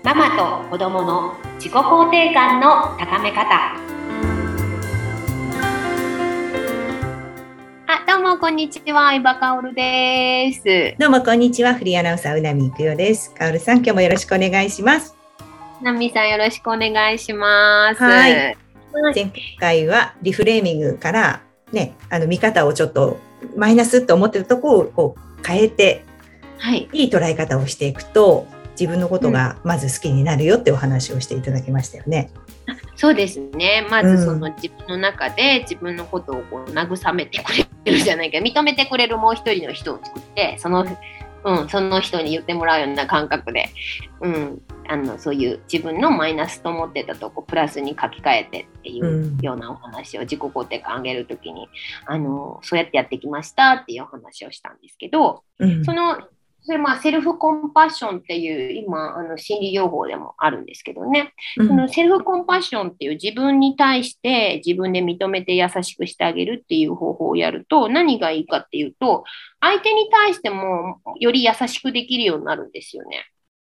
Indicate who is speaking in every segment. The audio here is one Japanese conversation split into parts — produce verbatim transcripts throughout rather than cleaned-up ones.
Speaker 1: ママと子供の自己肯定感の高め方。あ、どうもこんにちは、相葉かおるです。
Speaker 2: どうもこんにちは、フリーアナウンサーうなみいくよです。かおるさん、今日もよろしくお願いします。
Speaker 1: なみさん、よろしくお願いします。
Speaker 2: はい。前回はリフレーミングからね、あの見方をちょっとマイナスと思ってたところをこう変えて、はい、いい捉え方をしていくと自分のことがまず好きになるよってお話をしていただきましたよね。
Speaker 1: うん、そうですね。まずその自分の中で自分のことをこう慰めてくれるじゃないか、認めてくれるもう一人の人を作って、その、うん、その人に言ってもらうような感覚で、うん、あのそういう自分のマイナスと思ってたとこプラスに書き換えてっていうようなお話を自己肯定感上げるときに、あのそうやってやってきましたっていうお話をしたんですけど、うん、そのそれまあセルフコンパッションっていう今あの心理療法でもあるんですけどね、うん、そのセルフコンパッションっていう自分に対して自分で認めて優しくしてあげるっていう方法をやると何がいいかっていうと、相手に対してもより優しくできるようになるんですよね。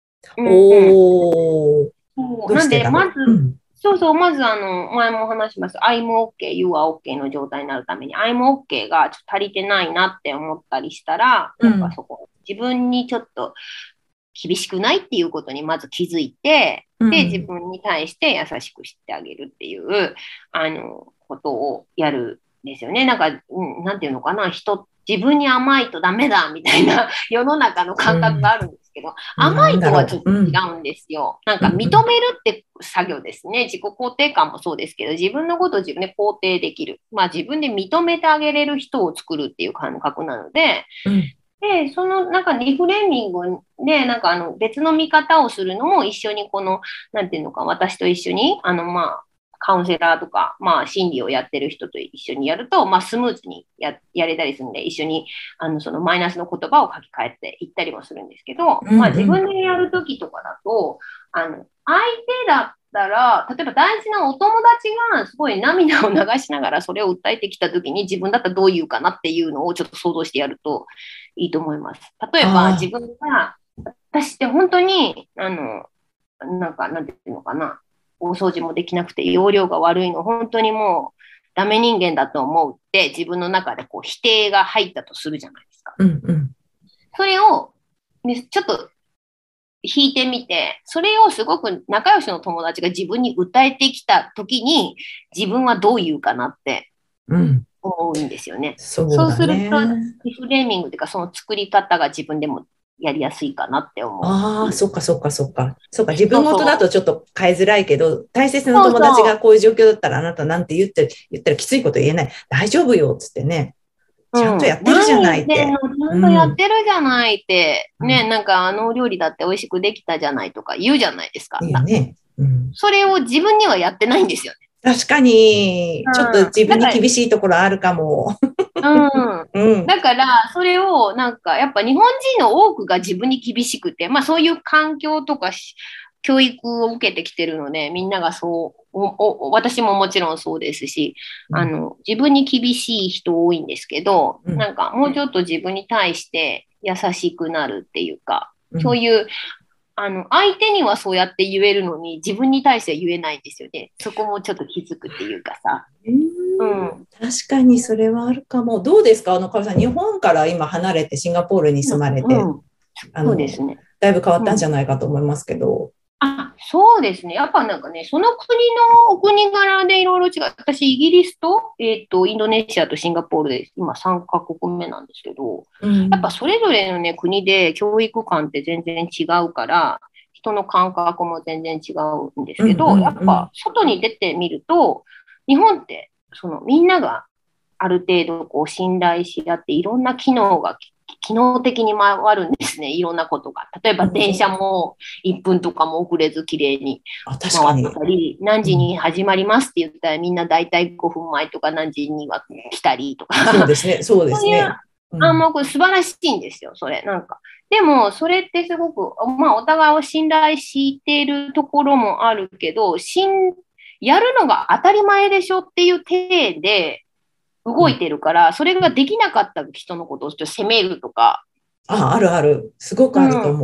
Speaker 2: おー、
Speaker 1: うん、なんでまず、うん、そうそう、まずあの前も話します I'm OK, you are OK の状態になるために I'm OK がちょっと足りてないなって思ったりしたら、うん、やっぱそこ自分にちょっと厳しくないっていうことにまず気づいて、うん、で自分に対して優しくしてあげるっていうあのことをやるんですよね。なんか、うん、なんていうのかな、人自分に甘いとダメだみたいな世の中の感覚があるんですけど、うん、甘いとはちょっと違うんですよ。なんか認めるって作業ですね。自己肯定感もそうですけど、自分のことを自分で肯定できる。まあ自分で認めてあげれる人を作るっていう感覚なので、うんで、そのなんかリフレーミングで、なんかあの別の見方をするのも一緒にこの、なんていうのか、私と一緒に、あのまあ、カウンセラーとか、まあ心理をやってる人と一緒にやると、まあスムーズに や, やれたりするんで、一緒にあのそのマイナスの言葉を書き換えていったりもするんですけど、うんうん、まあ自分でやるときとかだと、あの、相手だったら、例えば大事なお友達がすごい涙を流しながらそれを訴えてきたときに自分だったらどう言うかなっていうのをちょっと想像してやるといいと思います。例えば自分が、私って本当に、あの、なんか、なんていうのかな、大掃除もできなくて容量が悪いの、本当にもうダメ人間だと思うって自分の中でこう否定が入ったとするじゃないですか。
Speaker 2: うんうん、
Speaker 1: それを、ね、ちょっと引いてみて、それをすごく仲良しの友達が自分に訴えてきたときに自分はどう言うかなって思うんですよね。うん、
Speaker 2: そうだね。
Speaker 1: そうするとリフレーミングというかその作り方が自分でもやりやすいかなって思う。
Speaker 2: ああ、そっかそっかそっか。そっか、自分ごとだとちょっと変えづらいけど、大切な友達がこういう状況だったらあなたなんて言って、言ったらきついこと言えない。大丈夫よ、つってね。ちゃんとやってるじゃないって。
Speaker 1: うん、ちゃんとやってるじゃないって、うん、ね、なんかあの料理だって美味しくできたじゃないとか言うじゃないですか。
Speaker 2: いいよね。うん、
Speaker 1: それを自分にはやってないんですよね。
Speaker 2: 確かに、ちょっと自分に厳しいところあるかも。
Speaker 1: うんうん、だから、それを、なんか、やっぱ日本人の多くが自分に厳しくて、まあそういう環境とか教育を受けてきてるので、みんながそうおお、私ももちろんそうですし、うん、あの、自分に厳しい人多いんですけど、うん、なんかもうちょっと自分に対して優しくなるっていうか、うん、そういう、あの、相手にはそうやって言えるのに、自分に対しては言えないんですよね。そこもちょっと気づくっていうかさ。
Speaker 2: うん、確かにそれはあるかも。どうですか、あの、かおさん、日本から今離れてシンガポールに住まれて、うん、あのそうですね。だいぶ変わったんじゃないかと思いますけど。うん、
Speaker 1: あ、そうですね。やっぱなんかね、その国のお国柄でいろいろ違う。私、イギリスと、えっと、インドネシアとシンガポールで今さんカ国目なんですけど、うん、やっぱそれぞれのね、国で教育観って全然違うから、人の感覚も全然違うんですけど、うんうんうん、やっぱ外に出てみると、日本って、そのみんながある程度こう信頼し合っていろんな機能が機能的に回るんですね。いろんなことが。例えば電車もいっぷんとかも遅れずきれいに回ったり、何時に始まりますって言ったらみんなだいたいごふんまえとか何時には来たりとか。
Speaker 2: そうですね。そうですね。
Speaker 1: うん、あ、もうこれ素晴らしいんですよ、それ。なんか。でも、それってすごく、まあ、お互いを信頼しているところもあるけど、しんやるのが当たり前でしょっていう体で動いてるから、それができなかった人のことを責めるとか。
Speaker 2: あ、あるある。すごくあると思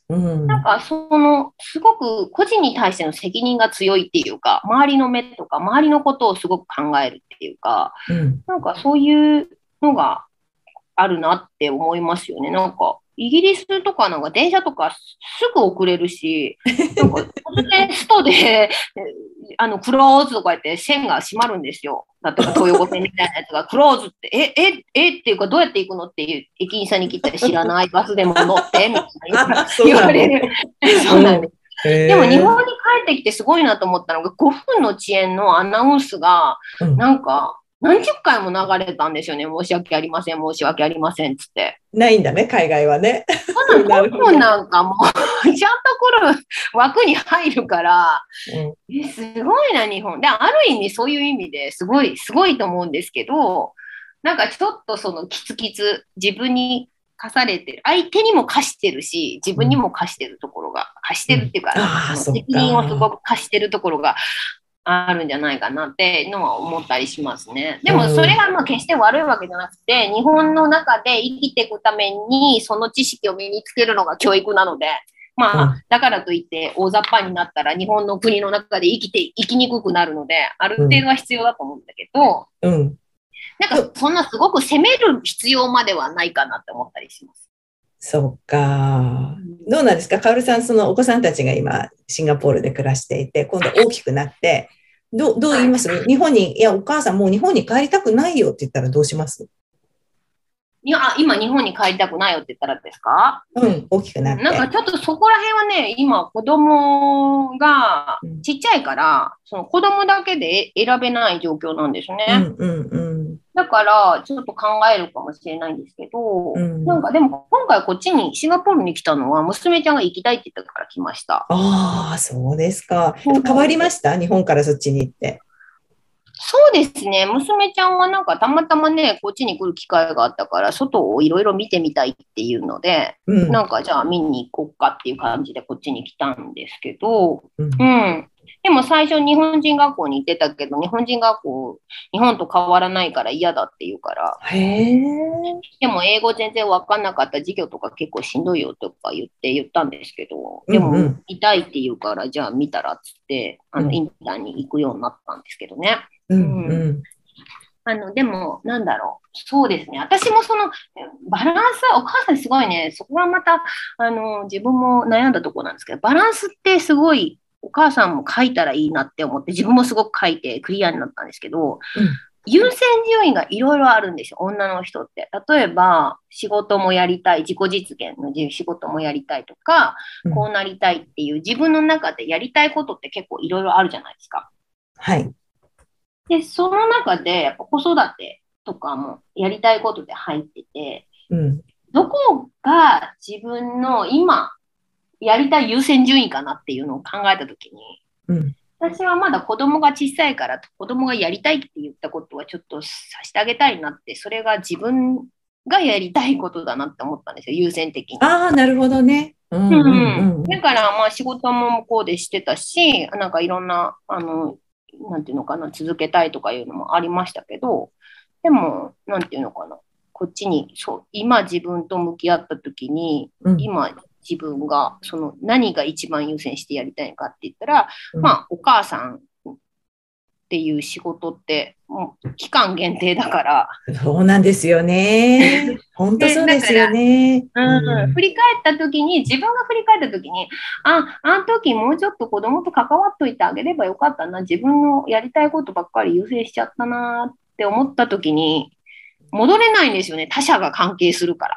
Speaker 2: うん、
Speaker 1: なんかその、すごく個人に対しての責任が強いっていうか、周りの目とか、周りのことをすごく考えるっていうか、
Speaker 2: うん、
Speaker 1: なんかそういうのがあるなって思いますよね。なんか、イギリスとかなんか電車とかすぐ遅れるし、なんか突然ストで、あの、クローズとか言って線が閉まるんですよ。例えば東横線みたいなやつが、クローズって、え、え、えっていうかどうやって行くのっていう駅員さんに聞いたら知らないバスでも乗ってみたいな言われる。そうなんです。でも日本に帰ってきてすごいなと思ったのが、ごふんの遅延のアナウンスが、なんか、何十回も流れたんですよね。申し訳ありません、申し訳ありません、つって。
Speaker 2: ないんだね、海外はね。
Speaker 1: そんなごふんなんかもう、ちゃんと来る枠に入るから、うん、えすごいな、日本。で、ある意味そういう意味ですごい、すごいと思うんですけど、なんかちょっとそのキツキツ、自分に課されてる、相手にも課してるし、自分にも課してるところが、課してるっていうか、なんかその責任をすごく課してるところがあるんじゃないかなっていうのは思ったりしますね。でもそれがまあ決して悪いわけじゃなくて、日本の中で生きていくためにその知識を身につけるのが教育なので、まあ、だからといって大雑把になったら日本の国の中で生きて、生きにくくなるので、ある程度は必要だと思うんだけど、うん、なんかそんなすごく責める必要まではないかなって思ったりします。
Speaker 2: そうか。どうなんですか、カオルさん、そのお子さんたちが今シンガポールで暮らしていて、今度大きくなって、どう、どう言います？はい、日本に、いや、お母さんもう日本に帰りたくないよって言ったらどうします？
Speaker 1: いや、今日本に帰りたくないよって言ったらですか？
Speaker 2: うん、大きくなって。
Speaker 1: なんかちょっとそこら辺はね、今子供がちっちゃいから、うん、その子供だけで選べない状況なんですね。
Speaker 2: うんうんうん、
Speaker 1: だからちょっと考えるかもしれないんですけど、うん、なんかでも今回こっちに、シンガポールに来たのは娘ちゃんが行きたいって言ったから来ました。
Speaker 2: ああ、そうですか。やっぱ変わりました？日本からそっちに行って。
Speaker 1: そうですね。娘ちゃんはなんかたまたまね、こっちに来る機会があったから、外をいろいろ見てみたいっていうので、うん、なんかじゃあ見に行こうかっていう感じでこっちに来たんですけど、うん、うん。でも最初日本人学校に行ってたけど、日本人学校、日本と変わらないから嫌だって言うから。
Speaker 2: へー。
Speaker 1: でも英語全然わかんなかった授業とか結構しんどいよとか言って言ったんですけど、でも、うんうん、痛いって言うから、じゃあ見たらっつって、あの、インターに行くようになったんですけどね。
Speaker 2: うんうん、
Speaker 1: あの、でも、なんだろう。そうですね。私もその、バランスは、お母さんすごいね、そこはまた、あの、自分も悩んだところなんですけど、バランスってすごい、お母さんも書いたらいいなって思って、自分もすごく書いてクリアになったんですけど、うん、優先順位がいろいろあるんですよ、女の人って。例えば、仕事もやりたい、自己実現の仕事もやりたいとか、うん、こうなりたいっていう自分の中でやりたいことって結構いろいろあるじゃないですか。
Speaker 2: はい。
Speaker 1: で、その中で、やっぱ子育てとかもやりたいことで入ってて、うん、どこが自分の今やりたい優先順位かなっていうのを考えたときに、うん、私はまだ子供が小さいから子供がやりたいって言ったことはちょっとさせてあげたいなって、それが自分がやりたいことだなって思ったんですよ、優先的に。
Speaker 2: ああ、なるほどね。
Speaker 1: うんうんうん、だからまあ仕事も向こうでしてたし、なんかいろんな、あの、なんていうのかな、続けたいとかいうのもありましたけど、でも、なんていうのかな、こっちに、そう、今自分と向き合った時に、うん、今自分が、その何が一番優先してやりたいかって言ったら、うん、まあ、お母さんっていう仕事って、もう期間限定だから。
Speaker 2: そうなんですよね。本当そうですよね。
Speaker 1: うんうん、振り返った時に、自分が振り返った時に、あ、あの時もうちょっと子供と関わっといてあげればよかったな、自分のやりたいことばっかり優先しちゃったなって思った時に、戻れないんですよね、他者が関係するから。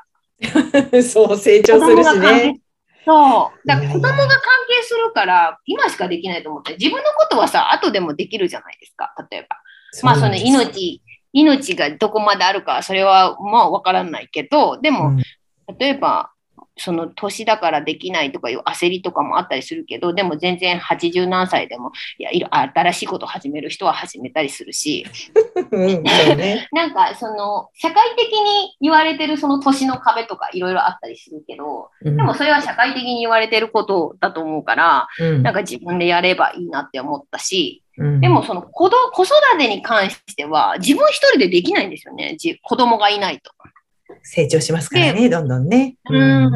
Speaker 2: そう、成長するしね。
Speaker 1: そう。だから子供が関係するから、今しかできないと思って、自分のことはさ、後でもできるじゃないですか、例えば。まあ、その命、命がどこまであるか、それはまあわからないけど、でも、うん、例えば、その年だからできないとかいう焦りとかもあったりするけど、でも全然はちじゅうなんさいでも、いや、新しいことを始める人は始めたりするし、うんね、なんかその社会的に言われてるその年の壁とかいろいろあったりするけど、うん、でもそれは社会的に言われてることだと思うから、うん、なんか自分でやればいいなって思ったし、うん、でもその子ど子育てに関しては自分一人でできないんですよね、子供がいないと。
Speaker 2: 成長しますからね、どんどんね。
Speaker 1: うん、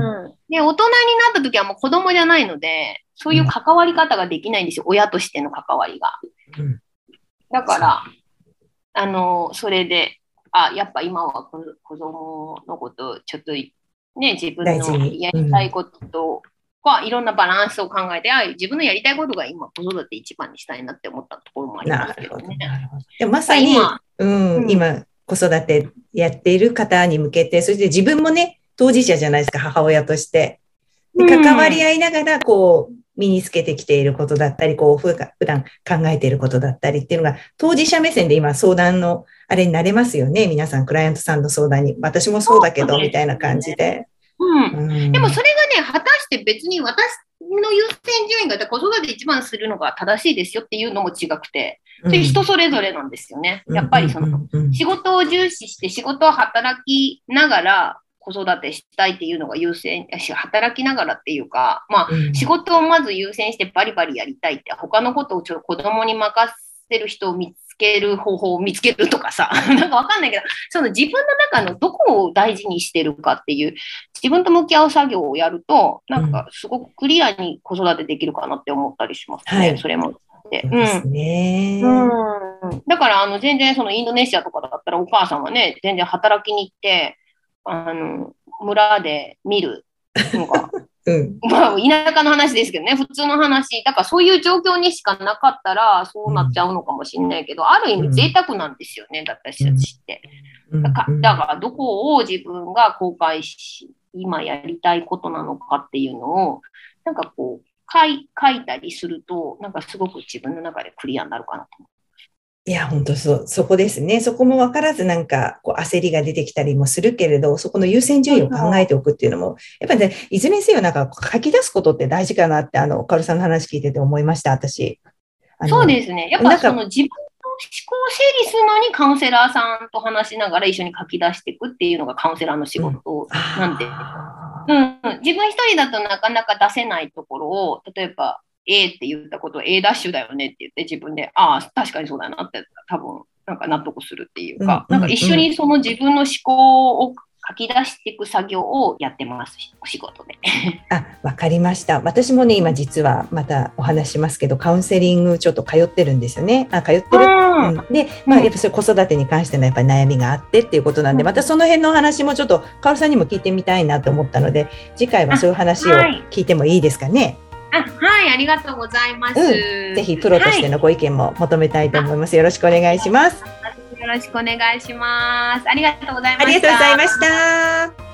Speaker 1: で、大人になった時はもう子供じゃないので、そういう関わり方ができないんですよ。うん、親としての関わりが。うん、だから、あの、それで、あ、やっぱ今は子供のことちょっとね、自分のやりたいことと、うん、いろんなバランスを考えて、あ、自分のやりたいことが今子育て一番にしたいなって思ったところもありますけどね。
Speaker 2: なるほど。でもまさに今、うんうん、今子育てやっている方に向けて、そして自分もね、当事者じゃないですか、母親として。で関わり合いながら、こう、身につけてきていることだったり、こう、普段考えていることだったりっていうのが、当事者目線で今相談のあれになれますよね。皆さん、クライアントさんの相談に。私もそうだけど、みたいな感じで。
Speaker 1: うん。うん、でもそれがね、果たして別に私の優先順位が子育て一番するのが正しいですよっていうのも違くて、で人それぞれなんですよね。やっぱりその、仕事を重視して仕事を働きながら、子育てしたいっていうのが優先、働きながらっていうか、まあ、うん、仕事をまず優先してバリバリやりたいって、他のことをちょっと子供に任せる人を見つける方法を見つけるとかさ、なんかわかんないけど、その自分の中のどこを大事にしてるかっていう、自分と向き合う作業をやると、なんかすごくクリアに子育てできるかなって思ったりしますね、はい、それも。そうですね。うん。だから、あの、全然そのインドネシアとかだったらお母さんはね、全然働きに行って、あの、村で見るのが、うん、まあ、田舎の話ですけどね、普通の話、だからそういう状況にしかなかったら、そうなっちゃうのかもしれないけど、うん、ある意味贅沢なんですよね、うん、私たちって。だから、だからどこを自分が後悔し、今やりたいことなのかっていうのを、なんかこう、書い、書いたりすると、なんかすごく自分の中でクリアになるかなと思う。
Speaker 2: いや、本当そう、そこですね。そこも分からずなんか、こう、焦りが出てきたりもするけれど、そこの優先順位を考えておくっていうのも、やっぱりね、いずれにせよなんか書き出すことって大事かなって、あの、カオルさんの話聞いてて思いました、私。
Speaker 1: そうですね。やっぱその自分の思考を整理するのにカウンセラーさんと話しながら一緒に書き出していくっていうのがカウンセラーの仕事なんで。うん、うん、自分一人だとなかなか出せないところを、例えば、A って言ったことを A ダッシュだよねって言って自分で、ああ、確かにそうだなって多分なんか納得するっていうか、うんうんうん、なんか一緒にその自分の思考を書き出していく作業をやってます、お仕事で。
Speaker 2: あ、わかりました。私もね、今実はまたお話しますけど、カウンセリングちょっと通ってるんですよね。あ、通ってる。うん、で、まあ、やっぱそれ子育てに関してのやっぱり悩みがあってっていうことなんで、またその辺の話もちょっとカオルさんにも聞いてみたいなと思ったので、次回はそういう話を聞いてもいいですかね。
Speaker 1: あ、はい、ありがとうございます、
Speaker 2: うん。ぜひプロとしてのご意見も求めたいと思います。はい、よろしくお願いします。
Speaker 1: よろしくお願いします。ありがとうございました。
Speaker 2: ありがとうございました。